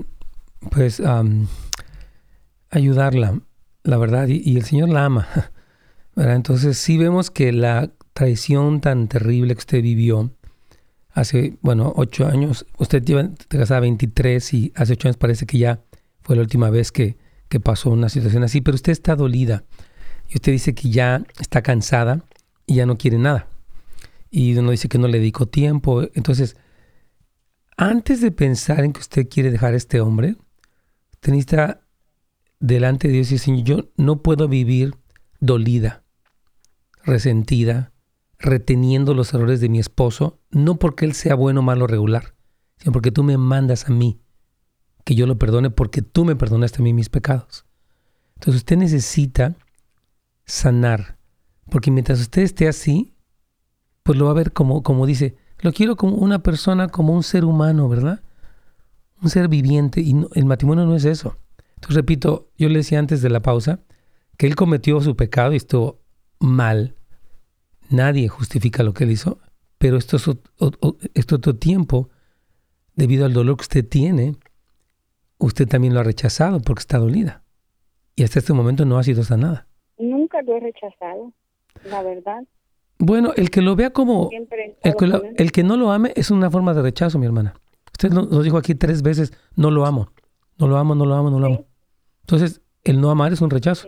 ayudarla, la verdad, y el Señor la ama, ¿verdad? Entonces sí vemos que la traición tan terrible que usted vivió hace, 8 años, usted lleva casada 23 y hace 8 años parece que ya fue la última vez que pasó una situación así, pero usted está dolida y usted dice que ya está cansada y ya no quiere nada. Y uno dice que no le dedicó tiempo. Entonces, antes de pensar en que usted quiere dejar a este hombre, usted necesita delante de Dios y decir, Señor, yo no puedo vivir dolida, resentida, reteniendo los errores de mi esposo, no porque él sea bueno, malo, regular, sino porque tú me mandas a mí que yo lo perdone porque tú me perdonaste a mí mis pecados. Entonces usted necesita sanar, porque mientras usted esté así, pues lo va a ver como dice, lo quiero como una persona, como un ser humano, ¿verdad? Un ser viviente, y no, el matrimonio no es eso. Entonces repito, yo le decía antes de la pausa que él cometió su pecado y estuvo mal. Nadie justifica lo que él hizo, pero esto es otro tiempo, debido al dolor que usted tiene, usted también lo ha rechazado porque está dolida. Y hasta este momento no ha sido sanada.
Nunca lo he rechazado, la verdad.
Bueno, el que lo vea como... El que no lo ame es una forma de rechazo, mi hermana. Usted nos dijo aquí 3 veces, no lo amo. No lo amo, no lo amo, no lo amo. Entonces, el no amar es un rechazo.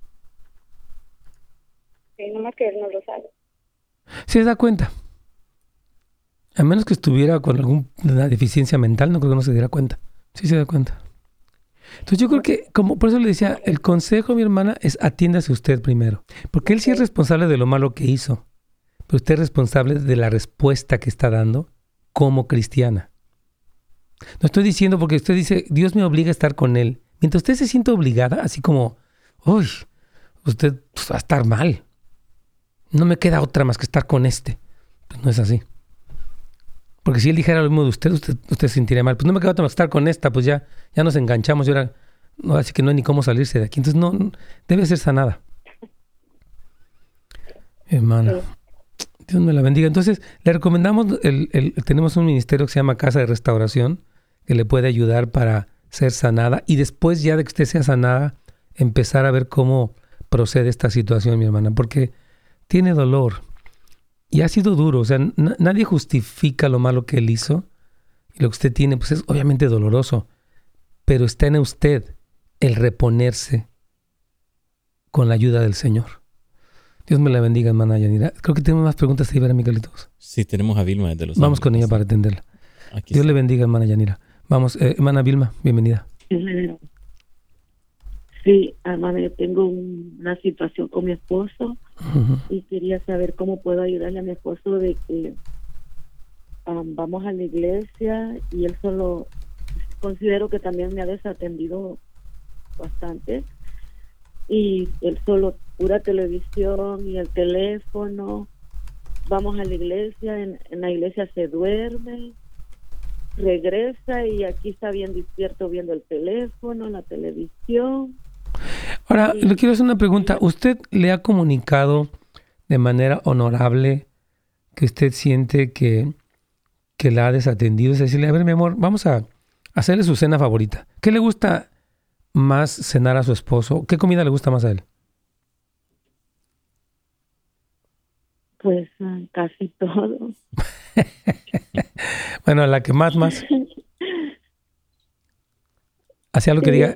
Sí, nomás que él no lo sabe.
Se da cuenta. A menos que estuviera con alguna deficiencia mental, no creo que no se diera cuenta. Sí se da cuenta. Entonces yo creo que, como por eso le decía, el consejo, mi hermana, es atiéndase usted primero. Porque él sí es responsable de lo malo que hizo. Pero usted es responsable de la respuesta que está dando como cristiana. No estoy diciendo porque usted dice, Dios me obliga a estar con él. Mientras usted se siente obligada, así como, uy, usted va a estar mal. No me queda otra más que estar con este. Pues no es así. Porque si él dijera lo mismo de usted se sentiría mal. Pues no me queda otra más que estar con esta, pues ya nos enganchamos y ahora, no, así que no hay ni cómo salirse de aquí. Entonces no debe ser sanada. Hermana, Dios me la bendiga. Entonces le recomendamos, tenemos un ministerio que se llama Casa de Restauración, que le puede ayudar para ser sanada y después ya de que usted sea sanada, empezar a ver cómo procede esta situación, mi hermana, porque tiene dolor y ha sido duro. O sea, nadie justifica lo malo que él hizo y lo que usted tiene, pues es obviamente doloroso, pero está en usted el reponerse con la ayuda del Señor. Dios me la bendiga, hermana Yanira. Creo que tenemos más preguntas ahí, ¿verdad, Miguelitos?
Sí, tenemos a Vilma desde Los Ángeles.
Vamos con ella para atenderla. Dios le bendiga, hermana Yanira. Vamos, hermana Vilma, bienvenida.
Sí, hermana, yo tengo una situación con mi esposo y quería saber cómo puedo ayudarle a mi esposo de que vamos a la iglesia y él solo, considero que también me ha desatendido bastante y él solo pura televisión y el teléfono. Vamos a la iglesia, en la iglesia se duerme, regresa y aquí está bien despierto viendo el teléfono, la televisión.
Ahora, le quiero hacer una pregunta. ¿Usted le ha comunicado de manera honorable que usted siente que la ha desatendido? Es decirle, a ver, mi amor, vamos a hacerle su cena favorita. ¿Qué le gusta más cenar a su esposo? ¿Qué comida le gusta más a él?
Pues casi todo.
Bueno, la que más. Hacia lo que diga.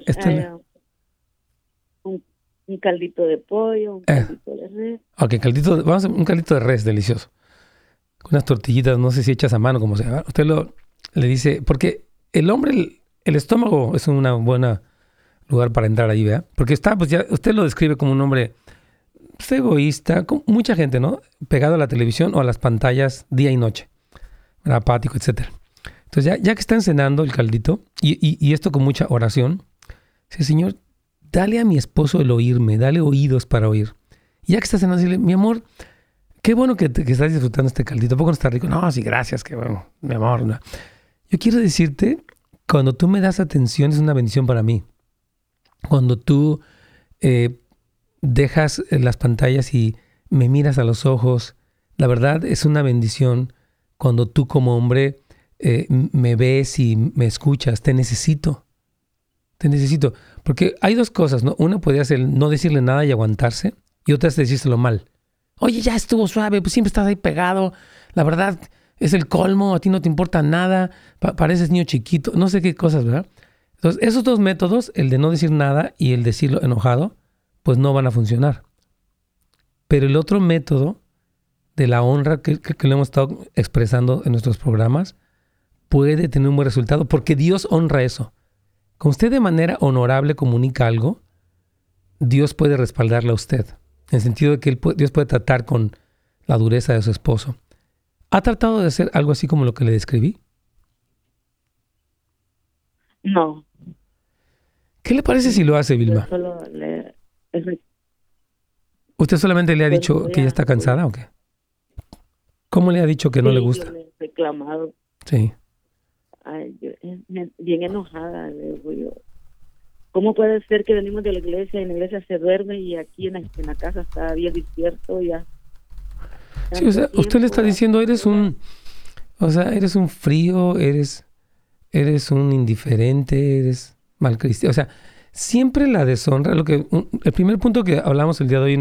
Un caldito de pollo, un caldito de res.
Ok, vamos a hacer un caldito de res delicioso. Con unas tortillitas, no sé si hechas a mano, como sea. Usted le dice, porque el hombre, el estómago es un buen lugar para entrar ahí, ¿verdad? Porque está, pues ya, usted lo describe como un hombre pues, egoísta, como mucha gente, ¿no? Pegado a la televisión o a las pantallas día y noche, apático, etcétera. Entonces, ya que están cenando el caldito, y esto con mucha oración, dice, Señor, dale a mi esposo el oírme, dale oídos para oír. Y ya que está cenando, dile, mi amor, qué bueno que estás disfrutando este caldito. ¿A poco no está rico? No, sí, gracias, qué bueno, mi amor. No. Yo quiero decirte, cuando tú me das atención es una bendición para mí. Cuando tú dejas las pantallas y me miras a los ojos, la verdad es una bendición cuando tú como hombre me ves y me escuchas. Te necesito. Porque hay 2 cosas, ¿no? Una podría ser no decirle nada y aguantarse, y otra es decírselo mal. Oye, ya estuvo suave, pues siempre estás ahí pegado. La verdad es el colmo, a ti no te importa nada, pareces niño chiquito, no sé qué cosas, ¿verdad? Entonces, esos 2 métodos, el de no decir nada y el decirlo enojado, pues no van a funcionar. Pero el otro método de la honra que lo hemos estado expresando en nuestros programas puede tener un buen resultado porque Dios honra eso. Cuando usted de manera honorable comunica algo, Dios puede respaldarla a usted. En el sentido de que Dios puede tratar con la dureza de su esposo. ¿Ha tratado de hacer algo así como lo que le describí?
No.
¿Qué le parece si lo hace, Vilma? ¿Usted solamente le ha dicho que ya está cansada o qué? ¿Cómo le ha dicho que no le gusta?
Yo le he reclamado.
Sí.
Ay, bien enojada, le digo yo. ¿Cómo puede ser que venimos de la iglesia y en la iglesia se duerme y aquí en la casa está bien despierto ya?
Sí, o sea, usted le está diciendo, eres un frío, eres un indiferente, eres mal cristiano. O sea, siempre la deshonra, el primer punto que hablamos el día de hoy en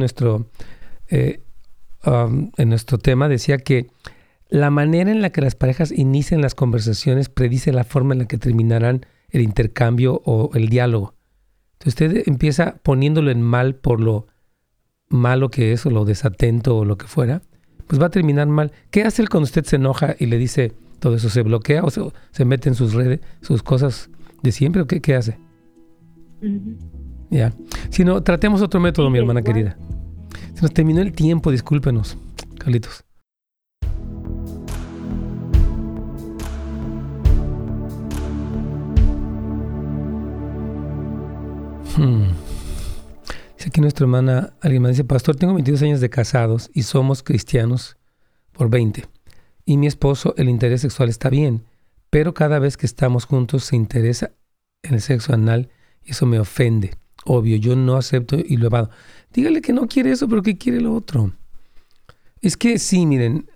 nuestro tema decía que la manera en la que las parejas inician las conversaciones predice la forma en la que terminarán el intercambio o el diálogo. Entonces usted empieza poniéndolo en mal por lo malo que es o lo desatento o lo que fuera, pues va a terminar mal. ¿Qué hace él cuando usted se enoja y le dice todo eso? ¿Se bloquea o se mete en sus redes, sus cosas de siempre o qué hace? Uh-huh. Ya. Si no, tratemos otro método, mi hermana querida. Se nos terminó el tiempo, discúlpenos, Carlitos. Dice aquí nuestra hermana, alguien me dice, pastor, tengo 22 años de casados y somos cristianos por 20. Y mi esposo, el interés sexual está bien, pero cada vez que estamos juntos se interesa en el sexo anal y eso me ofende. Obvio, yo no acepto y lo evado. Dígale que no quiere eso, pero que quiere lo otro. Es que sí, miren,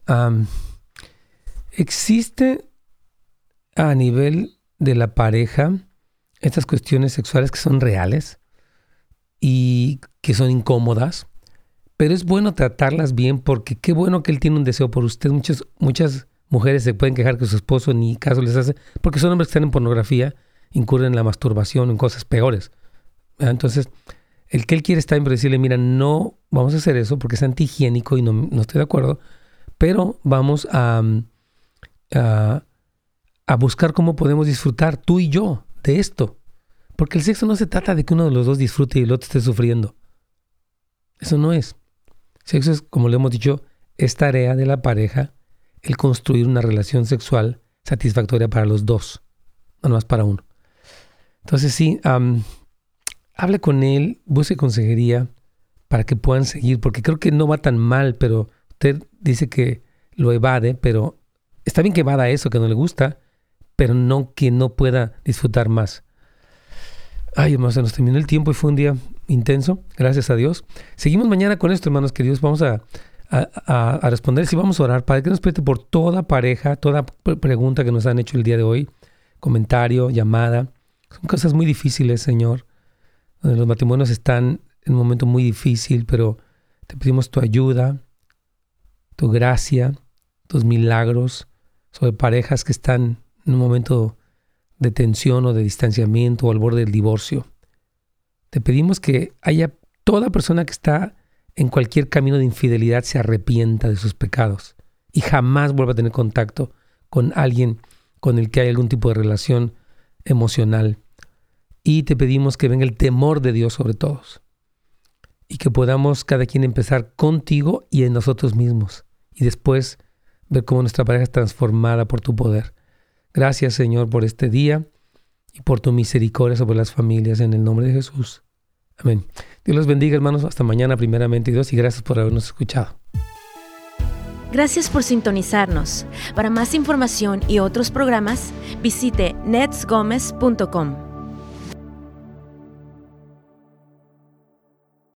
existe a nivel de la pareja estas cuestiones sexuales que son reales y que son incómodas, pero es bueno tratarlas bien porque qué bueno que él tiene un deseo por usted. Muchas mujeres se pueden quejar que su esposo ni caso les hace porque son hombres que están en pornografía, incurren en la masturbación, en cosas peores. Entonces, el que él quiere está bien, pero decirle, mira, no vamos a hacer eso porque es antihigiénico y no estoy de acuerdo, pero vamos a buscar cómo podemos disfrutar tú y yo de esto. Porque el sexo no se trata de que uno de los dos disfrute y el otro esté sufriendo. Eso no es. Sexo es, como le hemos dicho, es tarea de la pareja el construir una relación sexual satisfactoria para los dos, no más para uno. Entonces sí, hable con él, busque consejería para que puedan seguir, porque creo que no va tan mal, pero usted dice que lo evade, pero está bien que evada eso, que no le gusta, pero no que no pueda disfrutar más. Ay, hermanos, se nos terminó el tiempo y fue un día intenso, gracias a Dios. Seguimos mañana con esto, hermanos queridos. Vamos a responder, si vamos a orar, Padre, que nos pide por toda pareja, toda pregunta que nos han hecho el día de hoy, comentario, llamada. Son cosas muy difíciles, Señor. Los matrimonios están en un momento muy difícil, pero te pedimos tu ayuda, tu gracia, tus milagros sobre parejas que están en un momento de tensión o de distanciamiento o al borde del divorcio. Te pedimos que haya toda persona que está en cualquier camino de infidelidad se arrepienta de sus pecados y jamás vuelva a tener contacto con alguien con el que hay algún tipo de relación emocional. Y te pedimos que venga el temor de Dios sobre todos y que podamos cada quien empezar contigo y en nosotros mismos y después ver cómo nuestra pareja es transformada por tu poder. Gracias, Señor, por este día y por tu misericordia sobre las familias, en el nombre de Jesús. Amén. Dios los bendiga, hermanos. Hasta mañana, primeramente Dios, y gracias por habernos escuchado.
Gracias por sintonizarnos. Para más información y otros programas, visite netsgomez.com.